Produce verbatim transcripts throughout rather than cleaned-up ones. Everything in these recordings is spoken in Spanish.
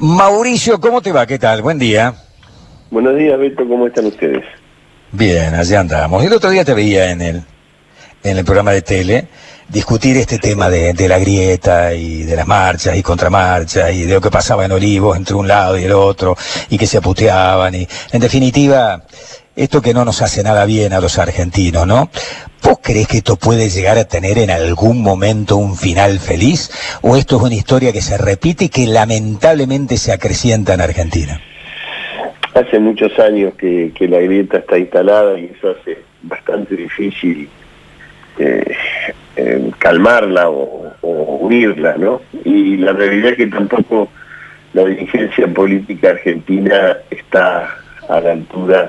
Mauricio, ¿cómo te va? ¿Qué tal? Buen día. Buenos días, Beto, ¿cómo están ustedes? Bien, allá andamos. El otro día te veía en el, en el programa de tele discutir este tema de, de la grieta y de las marchas y contramarchas y de lo que pasaba en Olivos entre un lado y el otro y que se puteaban y, en definitiva, esto que no nos hace nada bien a los argentinos, ¿no? ¿Vos creés que esto puede llegar a tener en algún momento un final feliz? ¿O esto es una historia que se repite y que lamentablemente se acrecienta en Argentina? Hace muchos años que, que la grieta está instalada y eso hace bastante difícil eh, eh, calmarla o, o unirla, ¿no? Y la realidad es que tampoco la dirigencia política argentina está a la altura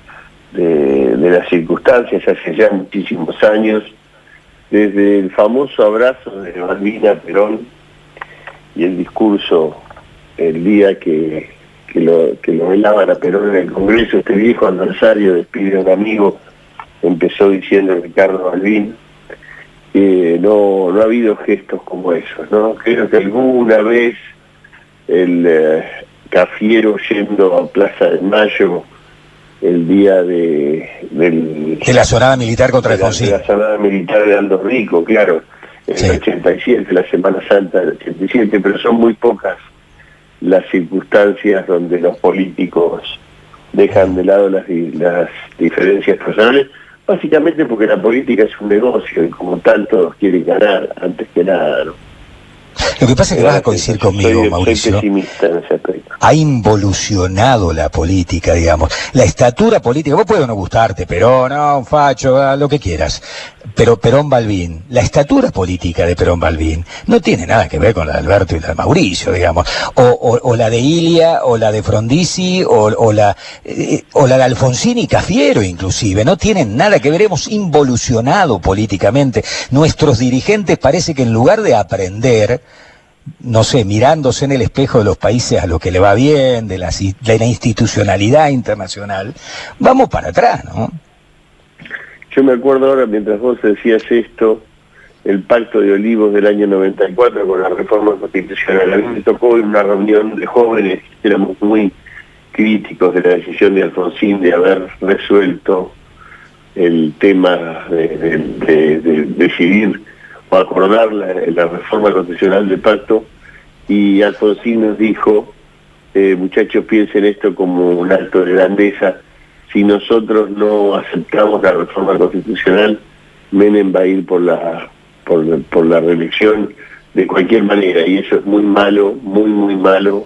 de, de las circunstancias. Hace ya muchísimos años, desde el famoso abrazo de Malvina Perón y el discurso el día que que lo, que lo velaban a Perón en el Congreso, este viejo adversario despide a un amigo, empezó diciendo Ricardo Malvin, eh, no, no ha habido gestos como esos, ¿no? Creo que alguna vez el eh, Cafiero yendo a Plaza de Mayo el día de, del, de la sonada militar contra Alfonsín. De la sonada militar de Aldo Rico, claro, en sí. El ochenta y siete, la Semana Santa del ochenta y siete, pero son muy pocas las circunstancias donde los políticos dejan de lado las, las diferencias personales, básicamente porque la política es un negocio y como tal todos quieren ganar antes que nada, ¿no? Lo que pasa es que vas a coincidir conmigo, soy, Mauricio. Soy pesimista en ese aspecto. Ha involucionado la política, digamos. La estatura política, vos puede no gustarte, Perón, no, facho, lo que quieras. Pero Perón Balbín, la estatura política de Perón Balbín no tiene nada que ver con la de Alberto y la de Mauricio, digamos. O, o, o la de Ilia, o la de Frondizi, o, o, la, eh, o la de Alfonsín y Cafiero, inclusive. No tienen nada que ver, hemos involucionado políticamente. Nuestros dirigentes parece que en lugar de aprender, no sé, mirándose en el espejo de los países a los que le va bien, de la, de la institucionalidad internacional, vamos para atrás, ¿no? Yo me acuerdo ahora, mientras vos decías esto, el Pacto de Olivos del año noventa y cuatro con la reforma constitucional. A mí me tocó en una reunión de jóvenes, éramos muy críticos de la decisión de Alfonsín de haber resuelto el tema de, de, de, de decidir o acordar la, la reforma constitucional del pacto, y Alfonsín nos dijo, eh, muchachos, piensen esto como un acto de grandeza. Si nosotros no aceptamos la reforma constitucional, Menem va a ir por la, por, por la reelección de cualquier manera, y eso es muy malo, muy, muy malo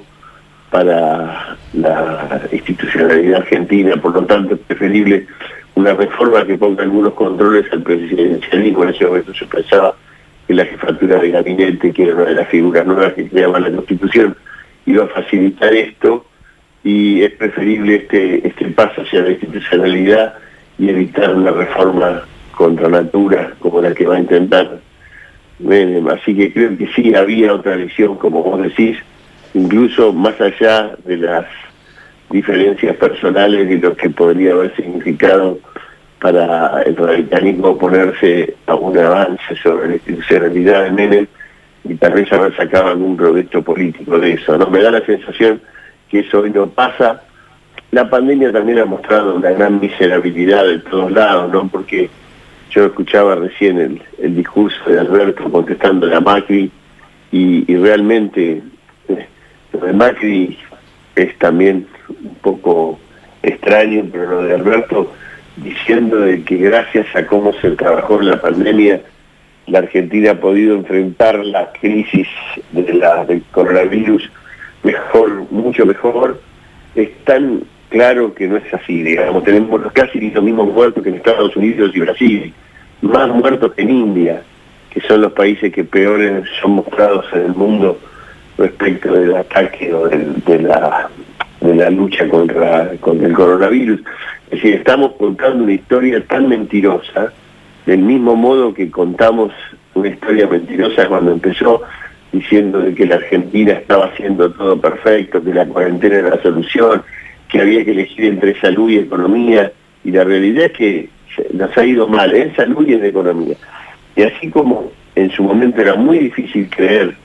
para la institucionalidad argentina. Por lo tanto, es preferible una reforma que ponga algunos controles al presidencialismo. En ese momento se pensaba que la jefatura de gabinete, que era una de las figuras nuevas que creaban la Constitución, iba a facilitar esto, y es preferible este, este paso hacia la institucionalidad y evitar una reforma contra natura como la que va a intentar Menem. Así que creo que sí había otra visión, como vos decís, incluso más allá de las diferencias personales y lo que podría haber significado para el radicalismo oponerse a un avance sobre la institucionalidad de Menem, y tal vez haber sacado algún provecho político de eso, ¿no? Me da la sensación que eso hoy no pasa. La pandemia también ha mostrado una gran miserabilidad de todos lados, ¿no? Porque yo escuchaba recién el, el discurso de Alberto contestando a Macri, y, y realmente eh, lo de Macri es también un poco extraño, pero lo de Alberto diciendo de que gracias a cómo se trabajó en la pandemia, la Argentina ha podido enfrentar la crisis de la, del coronavirus mejor, mucho mejor, es tan claro que no es así, digamos. Tenemos casi los mismos muertos que en Estados Unidos y Brasil, más muertos que en India, que son los países que peores son mostrados en el mundo respecto del ataque o del, de, la, de la lucha contra, contra el coronavirus. Es decir, estamos contando una historia tan mentirosa, del mismo modo que contamos una historia mentirosa cuando empezó, diciendo de que la Argentina estaba haciendo todo perfecto, que la cuarentena era la solución, que había que elegir entre salud y economía, y la realidad es que nos ha ido mal en salud y en economía. Y así como en su momento era muy difícil creer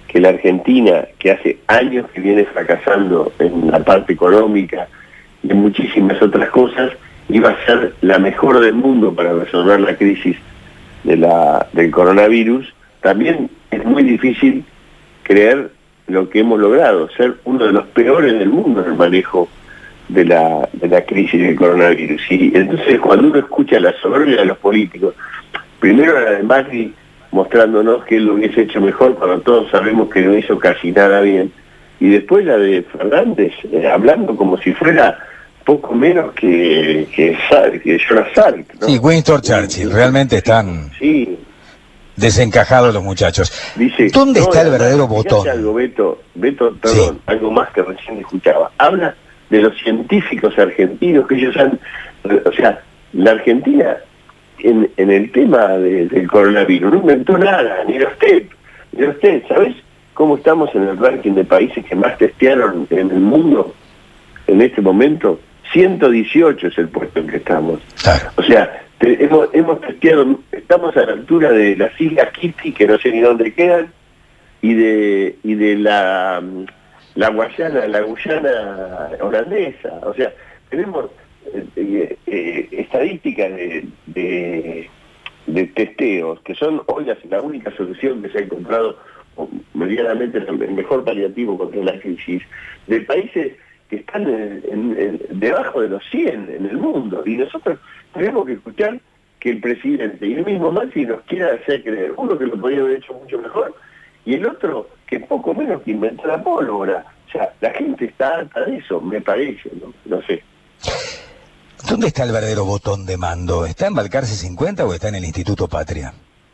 que la Argentina, que hace años que viene fracasando en la parte económica y en muchísimas otras cosas, iba a ser la mejor del mundo para resolver la crisis de la, del coronavirus, también es muy difícil creer lo que hemos logrado, ser uno de los peores del mundo en el manejo de la, de la crisis del coronavirus. Y entonces cuando uno escucha la soberbia de los políticos, primero la de Macri mostrándonos que él lo hubiese hecho mejor cuando todos sabemos que no hizo casi nada bien, y después la de Fernández, eh, hablando como si fuera poco menos que, que, que Jonas Salk, ¿no? Sí, Winston Churchill, realmente están sí. desencajados los muchachos. Dice, ¿dónde no, está el además, verdadero botón? Algo, Beto, Beto, perdón, sí. algo más que recién escuchaba. Habla de los científicos argentinos que ellos han, o sea, la Argentina en, en el tema de, del coronavirus no inventó nada, ni usted, ni usted, ¿sabes cómo estamos en el ranking de países que más testearon en el mundo en este momento? ciento dieciocho es el puesto en que estamos. Claro. O sea, te, hemos, hemos testeado, estamos a la altura de las Islas Kitty, que no sé ni dónde quedan, y de y de la, la Guayana, la Guyana holandesa. O sea, tenemos eh, eh, estadísticas de, de, de testeos, que son hoy la, la única solución que se ha encontrado medianamente el mejor paliativo contra la crisis, de países que están en, en, en, debajo de los cien en el mundo, y nosotros tenemos que escuchar que el presidente y el mismo Macri nos quiera hacer creer, uno que lo podría haber hecho mucho mejor, y el otro que poco menos que inventó la pólvora. O sea, la gente está harta de eso, me parece, no, no sé. ¿Dónde está el verdadero botón de mando? ¿Está en Balcarce cincuenta o está en el Instituto Patria?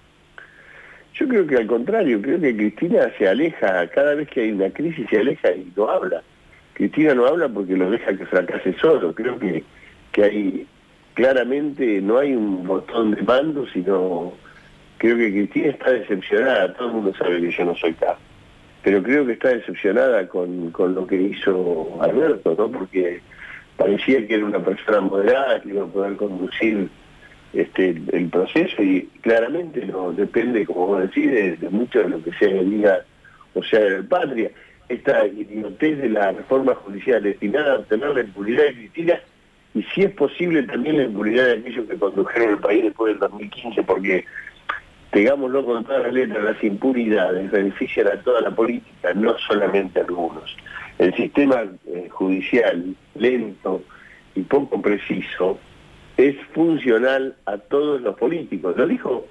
Yo creo que al contrario, creo que Cristina se aleja, cada vez que hay una crisis se aleja y no habla. Cristina no habla porque lo deja que fracase solo. Creo que, que hay, claramente no hay un botón de mando, sino creo que Cristina está decepcionada. Todo el mundo sabe que yo no soy K, pero creo que está decepcionada con, con lo que hizo Alberto, ¿no? Porque parecía que era una persona moderada, que iba a poder conducir este el proceso, y claramente no depende, como vos decís, de, de mucho de lo que sea el Liga o sea el Patria. Esta idiotez de la reforma judicial destinada a obtener la impunidad de Cristina, y si es posible también la impunidad de aquellos que condujeron el país después del dos mil quince, porque, digámoslo con todas las letras, las impunidades benefician a toda la política, no solamente a algunos. El sistema eh, judicial lento y poco preciso es funcional a todos los políticos. Lo dijo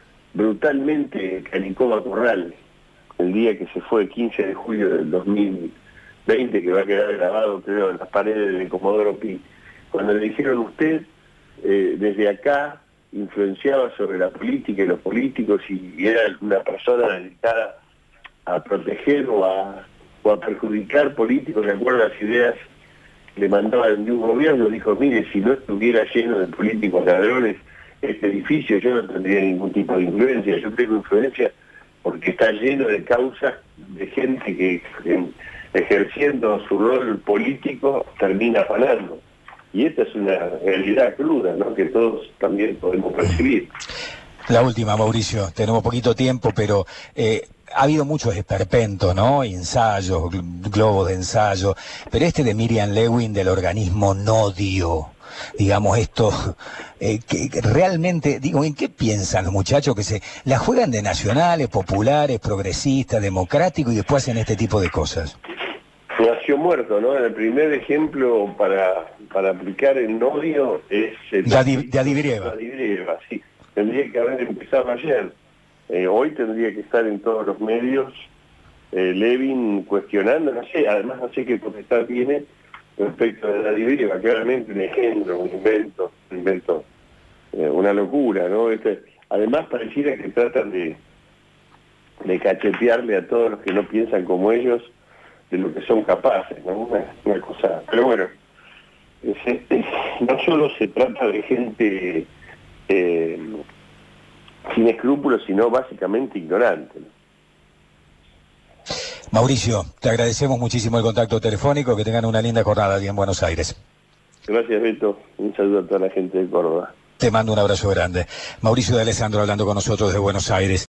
brutalmente Canicoba Corral el día que se fue, el quince de julio del dos mil veinte, que va a quedar grabado, creo, en las paredes de Comodoro Pi, cuando le dijeron, usted eh, desde acá influenciaba sobre la política y los políticos, y, y era una persona dedicada a proteger o a, o a perjudicar políticos de acuerdo a las ideas que le mandaban de un gobierno. Dijo, mire, si no estuviera lleno de políticos ladrones este edificio, yo no tendría ningún tipo de influencia. Yo tengo influencia porque está lleno de causas de gente que en, ejerciendo su rol político termina afanando. Y esta es una realidad cruda, ¿no?, que todos también podemos percibir. La última, Mauricio, tenemos poquito tiempo, pero eh, ha habido muchos esperpentos, ¿no? Ensayos, globos de ensayo, pero este de Miriam Lewin del organismo Nodio, digamos esto, eh, que, que realmente, digo, ¿en qué piensan los muchachos que se la juegan de nacionales, populares, progresistas, democráticos, y después hacen este tipo de cosas? Nació muerto, ¿no? El primer ejemplo para, para aplicar el Nodio es el de Adivirieva. Adivirieva, sí. Tendría que haber empezado ayer. Eh, hoy tendría que estar en todos los medios eh, Lewin cuestionando, no sé, además no sé qué potestad tiene respecto de la Adivirieva, claramente un ejemplo, un invento, un invento, eh, una locura, ¿no? Este, además pareciera que tratan de, de cachetearle a todos los que no piensan como ellos de lo que son capaces, ¿no? Una, una cosa, pero bueno, es, es, no solo se trata de gente eh, sin escrúpulos, sino básicamente ignorante, ¿no? Mauricio, te agradecemos muchísimo el contacto telefónico, que tengan una linda jornada aquí en Buenos Aires. Gracias, Beto, un saludo a toda la gente de Córdoba. Te mando un abrazo grande. Mauricio de Alessandro hablando con nosotros de Buenos Aires.